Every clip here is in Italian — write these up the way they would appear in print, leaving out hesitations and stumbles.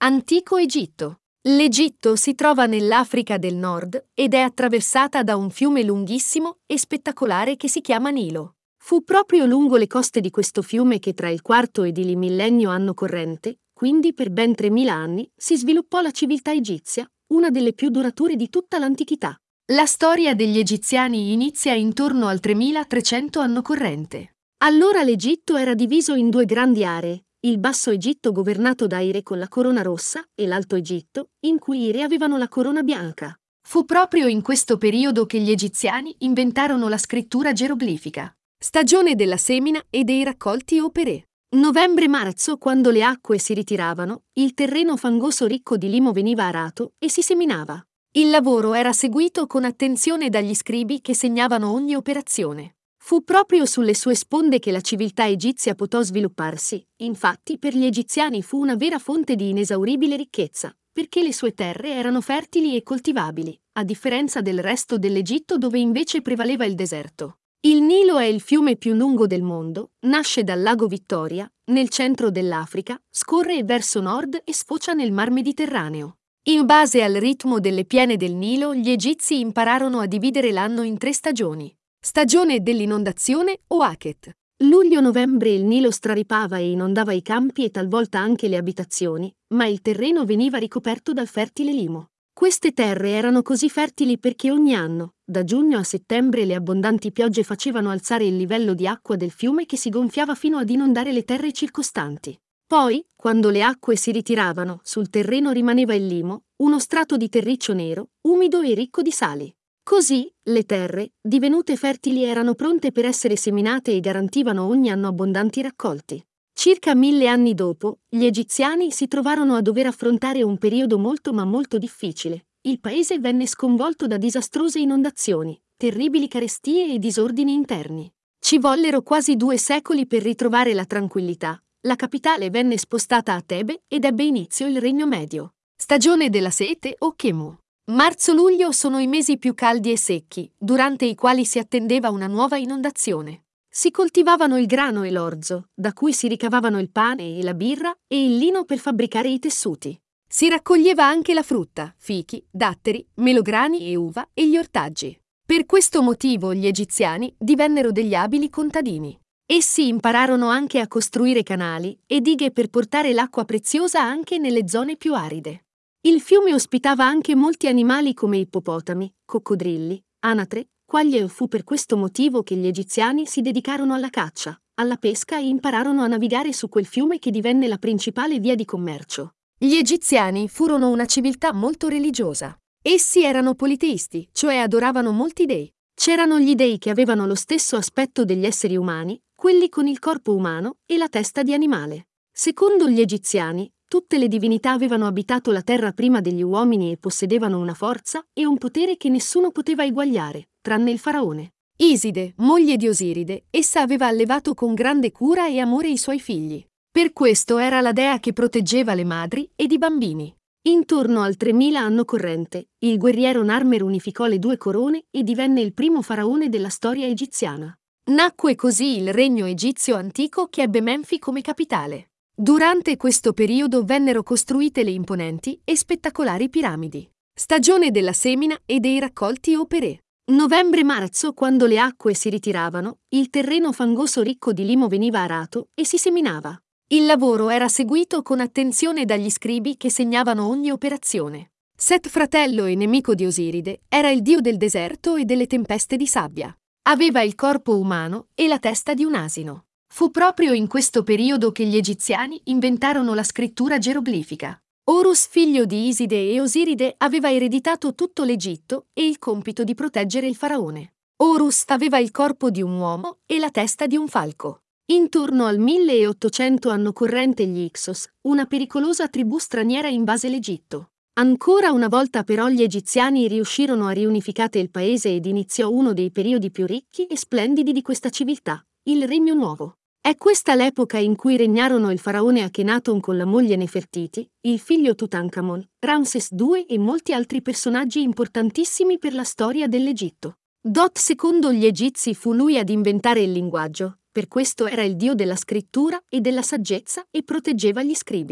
Antico Egitto. L'Egitto si trova nell'Africa del Nord ed è attraversata da un fiume lunghissimo e spettacolare che si chiama Nilo. Fu proprio lungo le coste di questo fiume che tra il IV ed il millennio anno corrente, quindi per ben 3000 anni, si sviluppò la civiltà egizia, una delle più durature di tutta l'antichità. La storia degli egiziani inizia intorno al 3300 anno corrente. Allora l'Egitto era diviso in due grandi aree, il Basso Egitto governato dai re con la corona rossa e l'Alto Egitto, in cui i re avevano la corona bianca. Fu proprio in questo periodo che gli egiziani inventarono la scrittura geroglifica. Stagione della semina e dei raccolti o perè. Novembre-marzo, quando le acque si ritiravano, il terreno fangoso ricco di limo veniva arato e si seminava. Il lavoro era seguito con attenzione dagli scribi che segnavano ogni operazione. Fu proprio sulle sue sponde che la civiltà egizia potò svilupparsi, infatti per gli egiziani fu una vera fonte di inesauribile ricchezza, perché le sue terre erano fertili e coltivabili, a differenza del resto dell'Egitto dove invece prevaleva il deserto. Il Nilo è il fiume più lungo del mondo, nasce dal lago Vittoria, nel centro dell'Africa, scorre verso nord e sfocia nel Mar Mediterraneo. In base al ritmo delle piene del Nilo, gli egizi impararono a dividere l'anno in 3 stagioni. Stagione dell'inondazione o Aket. Luglio-novembre il Nilo straripava e inondava i campi e talvolta anche le abitazioni, ma il terreno veniva ricoperto dal fertile limo. Queste terre erano così fertili perché ogni anno, da giugno a settembre, le abbondanti piogge facevano alzare il livello di acqua del fiume che si gonfiava fino ad inondare le terre circostanti. Poi, quando le acque si ritiravano, sul terreno rimaneva il limo, uno strato di terriccio nero, umido e ricco di sali. Così, le terre, divenute fertili, erano pronte per essere seminate e garantivano ogni anno abbondanti raccolti. Circa 1000 anni dopo, gli egiziani si trovarono a dover affrontare un periodo molto ma molto difficile. Il paese venne sconvolto da disastrose inondazioni, terribili carestie e disordini interni. Ci vollero quasi 2 secoli per ritrovare la tranquillità. La capitale venne spostata a Tebe ed ebbe inizio il Regno Medio. Stagione della sete o Chemu. Marzo-luglio sono i mesi più caldi e secchi, durante i quali si attendeva una nuova inondazione. Si coltivavano il grano e l'orzo, da cui si ricavavano il pane e la birra e il lino per fabbricare i tessuti. Si raccoglieva anche la frutta, fichi, datteri, melograni e uva e gli ortaggi. Per questo motivo gli egiziani divennero degli abili contadini. Essi impararono anche a costruire canali e dighe per portare l'acqua preziosa anche nelle zone più aride. Il fiume ospitava anche molti animali come ippopotami, coccodrilli, anatre, quaglie e fu per questo motivo che gli egiziani si dedicarono alla caccia, alla pesca e impararono a navigare su quel fiume che divenne la principale via di commercio. Gli egiziani furono una civiltà molto religiosa. Essi erano politeisti, cioè adoravano molti dei. C'erano gli dei che avevano lo stesso aspetto degli esseri umani, quelli con il corpo umano e la testa di animale. Secondo gli egiziani, tutte le divinità avevano abitato la terra prima degli uomini e possedevano una forza e un potere che nessuno poteva eguagliare, tranne il faraone. Iside, moglie di Osiride, essa aveva allevato con grande cura e amore i suoi figli. Per questo era la dea che proteggeva le madri ed i bambini. Intorno al 3000 anno corrente, il guerriero Narmer unificò le 2 corone e divenne il primo faraone della storia egiziana. Nacque così il regno egizio antico che ebbe Menfi come capitale. Durante questo periodo vennero costruite le imponenti e spettacolari piramidi. Stagione della semina e dei raccolti o perè. Novembre-marzo, quando le acque si ritiravano, il terreno fangoso ricco di limo veniva arato e si seminava. Il lavoro era seguito con attenzione dagli scribi che segnavano ogni operazione. Set, fratello e nemico di Osiride, era il dio del deserto e delle tempeste di sabbia. Aveva il corpo umano e la testa di un asino. Fu proprio in questo periodo che gli egiziani inventarono la scrittura geroglifica. Horus, figlio di Iside e Osiride, aveva ereditato tutto l'Egitto e il compito di proteggere il faraone. Horus aveva il corpo di un uomo e la testa di un falco. Intorno al 1800 anno corrente gli Ixos, una pericolosa tribù straniera, invase l'Egitto. Ancora una volta però gli egiziani riuscirono a riunificare il paese ed iniziò uno dei periodi più ricchi e splendidi di questa civiltà, il Regno Nuovo. È questa l'epoca in cui regnarono il faraone Akhenaton con la moglie Nefertiti, il figlio Tutankhamon, Ramses II e molti altri personaggi importantissimi per la storia dell'Egitto. Secondo gli egizi fu lui ad inventare il linguaggio, per questo era il dio della scrittura e della saggezza e proteggeva gli scribi.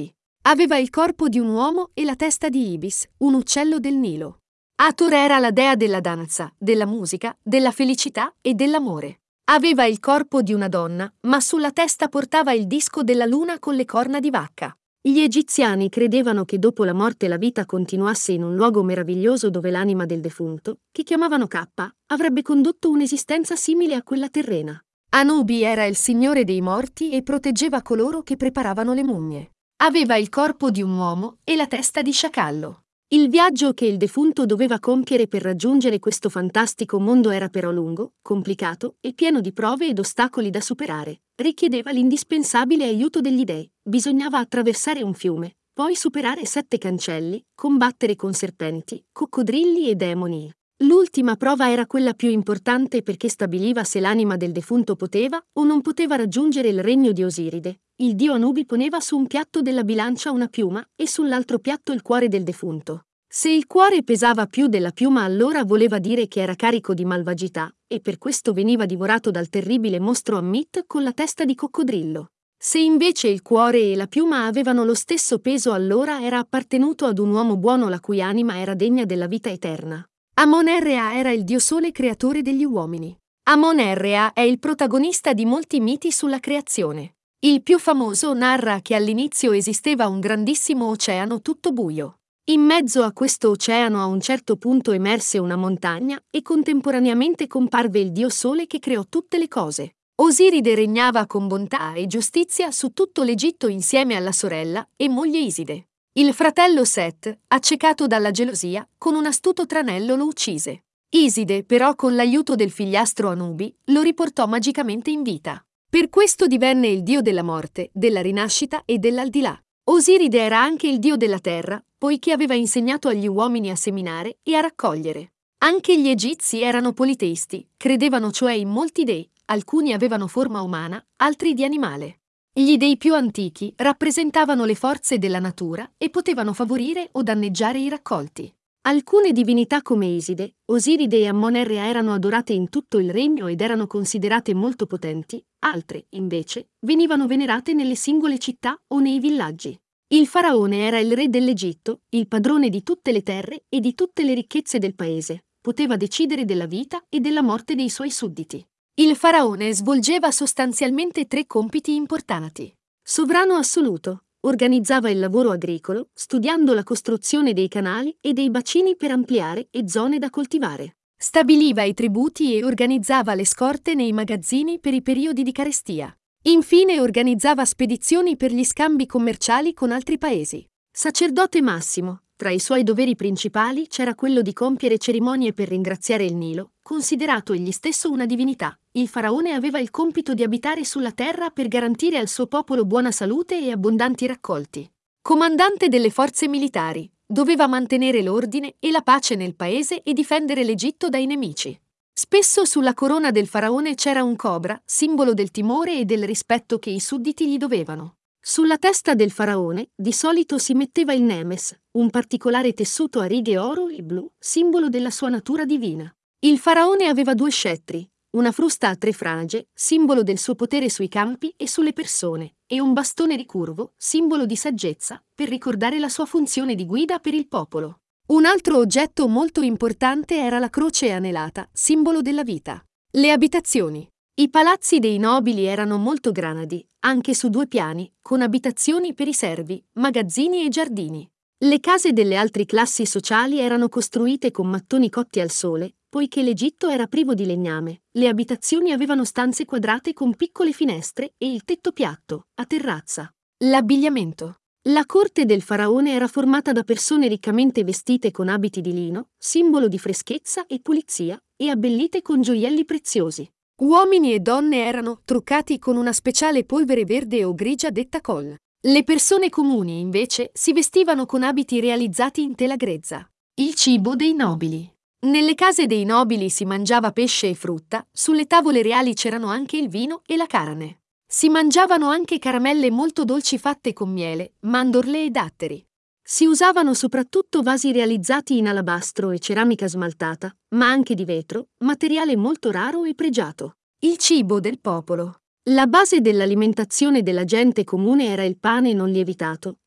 Aveva il corpo di un uomo e la testa di Ibis, un uccello del Nilo. Hathor era la dea della danza, della musica, della felicità e dell'amore. Aveva il corpo di una donna, ma sulla testa portava il disco della luna con le corna di vacca. Gli egiziani credevano che dopo la morte la vita continuasse in un luogo meraviglioso dove l'anima del defunto, che chiamavano Kappa, avrebbe condotto un'esistenza simile a quella terrena. Anubi era il signore dei morti e proteggeva coloro che preparavano le mummie. Aveva il corpo di un uomo e la testa di sciacallo. Il viaggio che il defunto doveva compiere per raggiungere questo fantastico mondo era però lungo, complicato e pieno di prove ed ostacoli da superare. Richiedeva l'indispensabile aiuto degli dei. Bisognava attraversare un fiume, poi superare 7 cancelli, combattere con serpenti, coccodrilli e demoni. L'ultima prova era quella più importante perché stabiliva se l'anima del defunto poteva o non poteva raggiungere il regno di Osiride. Il dio Anubi poneva su un piatto della bilancia una piuma e sull'altro piatto il cuore del defunto. Se il cuore pesava più della piuma, allora voleva dire che era carico di malvagità, e per questo veniva divorato dal terribile mostro Ammit con la testa di coccodrillo. Se invece il cuore e la piuma avevano lo stesso peso, allora era appartenuto ad un uomo buono la cui anima era degna della vita eterna. Amon-Ra era il dio sole creatore degli uomini. Amon-Ra è il protagonista di molti miti sulla creazione. Il più famoso narra che all'inizio esisteva un grandissimo oceano tutto buio. In mezzo a questo oceano a un certo punto emerse una montagna e contemporaneamente comparve il dio sole che creò tutte le cose. Osiride regnava con bontà e giustizia su tutto l'Egitto insieme alla sorella e moglie Iside. Il fratello Set, accecato dalla gelosia, con un astuto tranello lo uccise. Iside, però, con l'aiuto del figliastro Anubi, lo riportò magicamente in vita. Per questo divenne il dio della morte, della rinascita e dell'aldilà. Osiride era anche il dio della terra, poiché aveva insegnato agli uomini a seminare e a raccogliere. Anche gli egizi erano politeisti, credevano cioè in molti dei, alcuni avevano forma umana, altri di animale. Gli dei più antichi rappresentavano le forze della natura e potevano favorire o danneggiare i raccolti. Alcune divinità come Iside, Osiride e Amon-Ra erano adorate in tutto il regno ed erano considerate molto potenti, altre, invece, venivano venerate nelle singole città o nei villaggi. Il faraone era il re dell'Egitto, il padrone di tutte le terre e di tutte le ricchezze del paese, poteva decidere della vita e della morte dei suoi sudditi. Il faraone svolgeva sostanzialmente 3 compiti importanti. Sovrano assoluto. Organizzava il lavoro agricolo, studiando la costruzione dei canali e dei bacini per ampliare e zone da coltivare. Stabiliva i tributi e organizzava le scorte nei magazzini per i periodi di carestia. Infine organizzava spedizioni per gli scambi commerciali con altri paesi. Sacerdote massimo. Tra i suoi doveri principali c'era quello di compiere cerimonie per ringraziare il Nilo, considerato egli stesso una divinità. Il faraone aveva il compito di abitare sulla terra per garantire al suo popolo buona salute e abbondanti raccolti. Comandante delle forze militari, doveva mantenere l'ordine e la pace nel paese e difendere l'Egitto dai nemici. Spesso sulla corona del faraone c'era un cobra, simbolo del timore e del rispetto che i sudditi gli dovevano. Sulla testa del faraone, di solito si metteva il nemes, un particolare tessuto a righe oro e blu, simbolo della sua natura divina. Il faraone aveva 2 scettri, una frusta a 3 frange, simbolo del suo potere sui campi e sulle persone, e un bastone ricurvo, simbolo di saggezza, per ricordare la sua funzione di guida per il popolo. Un altro oggetto molto importante era la croce anelata, simbolo della vita. Le abitazioni. I palazzi dei nobili erano molto grandi, anche su 2 piani, con abitazioni per i servi, magazzini e giardini. Le case delle altre classi sociali erano costruite con mattoni cotti al sole, poiché l'Egitto era privo di legname. Le abitazioni avevano stanze quadrate con piccole finestre e il tetto piatto, a terrazza. L'abbigliamento. La corte del faraone era formata da persone riccamente vestite con abiti di lino, simbolo di freschezza e pulizia, e abbellite con gioielli preziosi. Uomini e donne erano truccati con una speciale polvere verde o grigia detta col. Le persone comuni, invece, si vestivano con abiti realizzati in tela grezza. Il cibo dei nobili. Nelle case dei nobili si mangiava pesce e frutta, sulle tavole reali c'erano anche il vino e la carne. Si mangiavano anche caramelle molto dolci fatte con miele, mandorle e datteri. Si usavano soprattutto vasi realizzati in alabastro e ceramica smaltata, ma anche di vetro, materiale molto raro e pregiato. Il cibo del popolo. La base dell'alimentazione della gente comune era il pane non lievitato,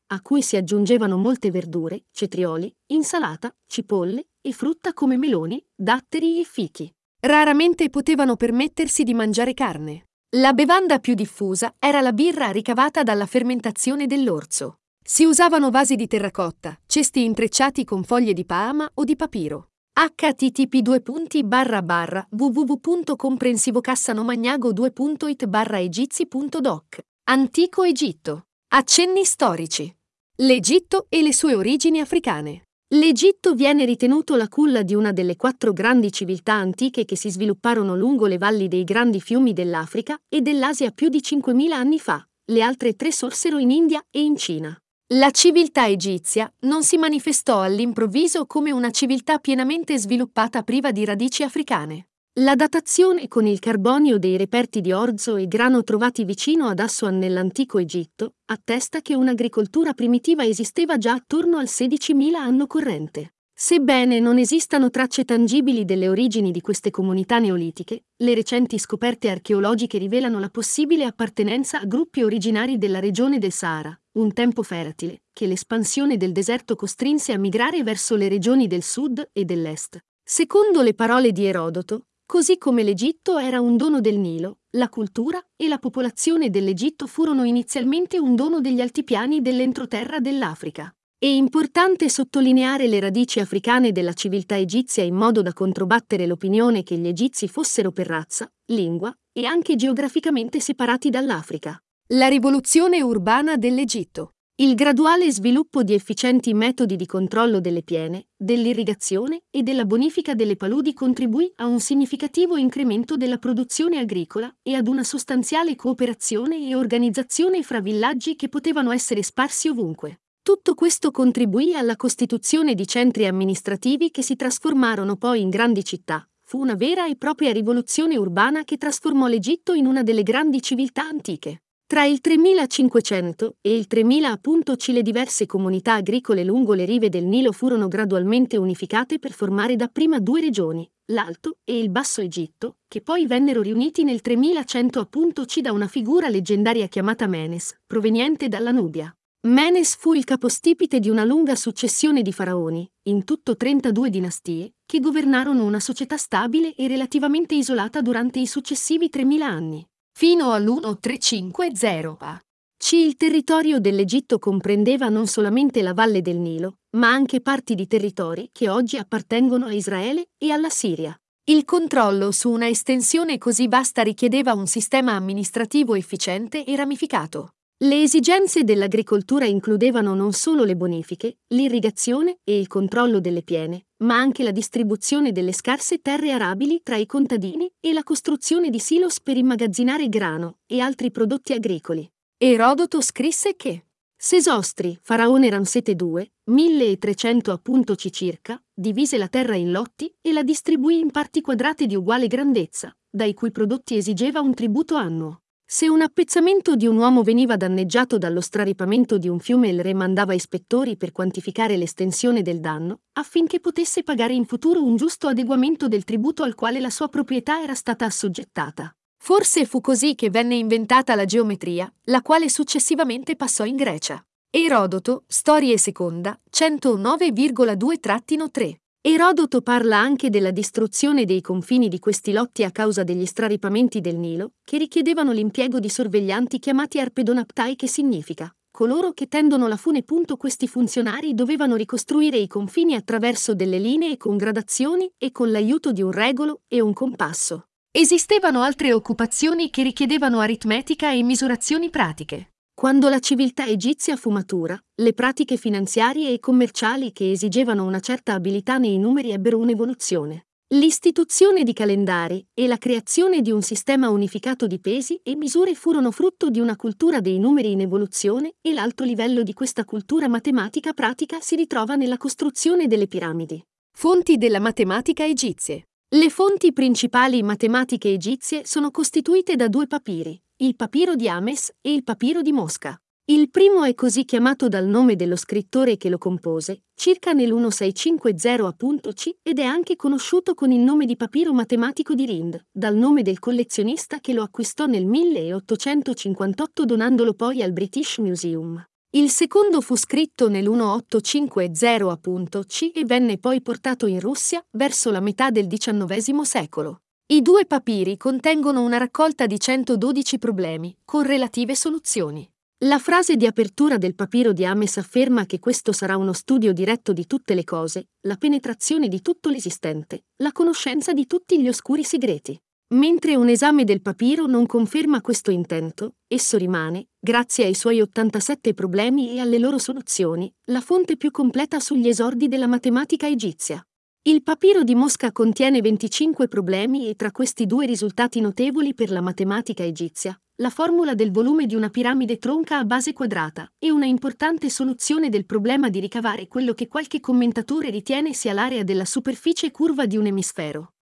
a cui si aggiungevano molte verdure, cetrioli, insalata, cipolle e frutta come meloni, datteri e fichi. Raramente potevano permettersi di mangiare carne. La bevanda più diffusa era la birra ricavata dalla fermentazione dell'orzo. Si usavano vasi di terracotta, cesti intrecciati con foglie di palma o di papiro. http://www.comprensivocassanomagnago2.it/egizi.doc. Antico Egitto. Accenni storici. L'Egitto e le sue origini africane. L'Egitto viene ritenuto la culla di una delle 4 grandi civiltà antiche che si svilupparono lungo le valli dei grandi fiumi dell'Africa e dell'Asia più di 5.000 anni fa. Le altre 3 sorsero in India e in Cina. La civiltà egizia non si manifestò all'improvviso come una civiltà pienamente sviluppata priva di radici africane. La datazione con il carbonio dei reperti di orzo e grano trovati vicino ad Assuan nell'antico Egitto attesta che un'agricoltura primitiva esisteva già attorno al 16.000 anno corrente. Sebbene non esistano tracce tangibili delle origini di queste comunità neolitiche, le recenti scoperte archeologiche rivelano la possibile appartenenza a gruppi originari della regione del Sahara, un tempo fertile, che l'espansione del deserto costrinse a migrare verso le regioni del sud e dell'est. Secondo le parole di Erodoto, così come l'Egitto era un dono del Nilo, la cultura e la popolazione dell'Egitto furono inizialmente un dono degli altipiani dell'entroterra dell'Africa. È importante sottolineare le radici africane della civiltà egizia in modo da controbattere l'opinione che gli egizi fossero per razza, lingua e anche geograficamente separati dall'Africa. La rivoluzione urbana dell'Egitto. Il graduale sviluppo di efficienti metodi di controllo delle piene, dell'irrigazione e della bonifica delle paludi contribuì a un significativo incremento della produzione agricola e ad una sostanziale cooperazione e organizzazione fra villaggi che potevano essere sparsi ovunque. Tutto questo contribuì alla costituzione di centri amministrativi che si trasformarono poi in grandi città. Fu una vera e propria rivoluzione urbana che trasformò l'Egitto in una delle grandi civiltà antiche. Tra il 3500 e il 3000 a.C. le diverse comunità agricole lungo le rive del Nilo furono gradualmente unificate per formare dapprima 2 regioni, l'Alto e il Basso Egitto, che poi vennero riuniti nel 3100 a.C. da una figura leggendaria chiamata Menes, proveniente dalla Nubia. Menes fu il capostipite di una lunga successione di faraoni, in tutto 32 dinastie, che governarono una società stabile e relativamente isolata durante i successivi 3000 anni. Fino all'1350 a.C. il territorio dell'Egitto comprendeva non solamente la valle del Nilo, ma anche parti di territori che oggi appartengono a Israele e alla Siria. Il controllo su una estensione così vasta richiedeva un sistema amministrativo efficiente e ramificato. Le esigenze dell'agricoltura includevano non solo le bonifiche, l'irrigazione e il controllo delle piene, ma anche la distribuzione delle scarse terre arabili tra i contadini e la costruzione di silos per immagazzinare grano e altri prodotti agricoli. Erodoto scrisse che Sesostri, faraone Ramsete II, 1300 a.C. circa, divise la terra in lotti e la distribuì in parti quadrate di uguale grandezza, dai cui prodotti esigeva un tributo annuo. Se un appezzamento di un uomo veniva danneggiato dallo straripamento di un fiume, il re mandava ispettori per quantificare l'estensione del danno, affinché potesse pagare in futuro un giusto adeguamento del tributo al quale la sua proprietà era stata assoggettata. Forse fu così che venne inventata la geometria, la quale successivamente passò in Grecia. Erodoto, Storie seconda, 109,2-3. Erodoto parla anche della distruzione dei confini di questi lotti a causa degli straripamenti del Nilo, che richiedevano l'impiego di sorveglianti chiamati arpedonaptai, che significa coloro che tendono la fune. Questi funzionari dovevano ricostruire i confini attraverso delle linee con gradazioni e con l'aiuto di un regolo e un compasso. Esistevano altre occupazioni che richiedevano aritmetica e misurazioni pratiche. Quando la civiltà egizia fu matura, le pratiche finanziarie e commerciali che esigevano una certa abilità nei numeri ebbero un'evoluzione. L'istituzione di calendari e la creazione di un sistema unificato di pesi e misure furono frutto di una cultura dei numeri in evoluzione, e l'alto livello di questa cultura matematica pratica si ritrova nella costruzione delle piramidi. Fonti della matematica egizie. Le fonti principali matematiche egizie sono costituite da 2 papiri, il papiro di Ames e il papiro di Mosca. Il primo è così chiamato dal nome dello scrittore che lo compose, circa nel 1650 a.C., ed è anche conosciuto con il nome di papiro matematico di Rind, dal nome del collezionista che lo acquistò nel 1858 donandolo poi al British Museum. Il secondo fu scritto nel 1850 c e venne poi portato in Russia verso la metà del XIX secolo. I due papiri contengono una raccolta di 112 problemi, con relative soluzioni. La frase di apertura del papiro di Ames afferma che questo sarà uno studio diretto di tutte le cose, la penetrazione di tutto l'esistente, la conoscenza di tutti gli oscuri segreti. Mentre un esame del papiro non conferma questo intento, esso rimane, grazie ai suoi 87 problemi e alle loro soluzioni, la fonte più completa sugli esordi della matematica egizia. Il papiro di Mosca contiene 25 problemi e tra questi due risultati notevoli per la matematica egizia, la formula del volume di una piramide tronca a base quadrata e una importante soluzione del problema di ricavare quello che qualche commentatore ritiene sia l'area della superficie curva di un emisfero.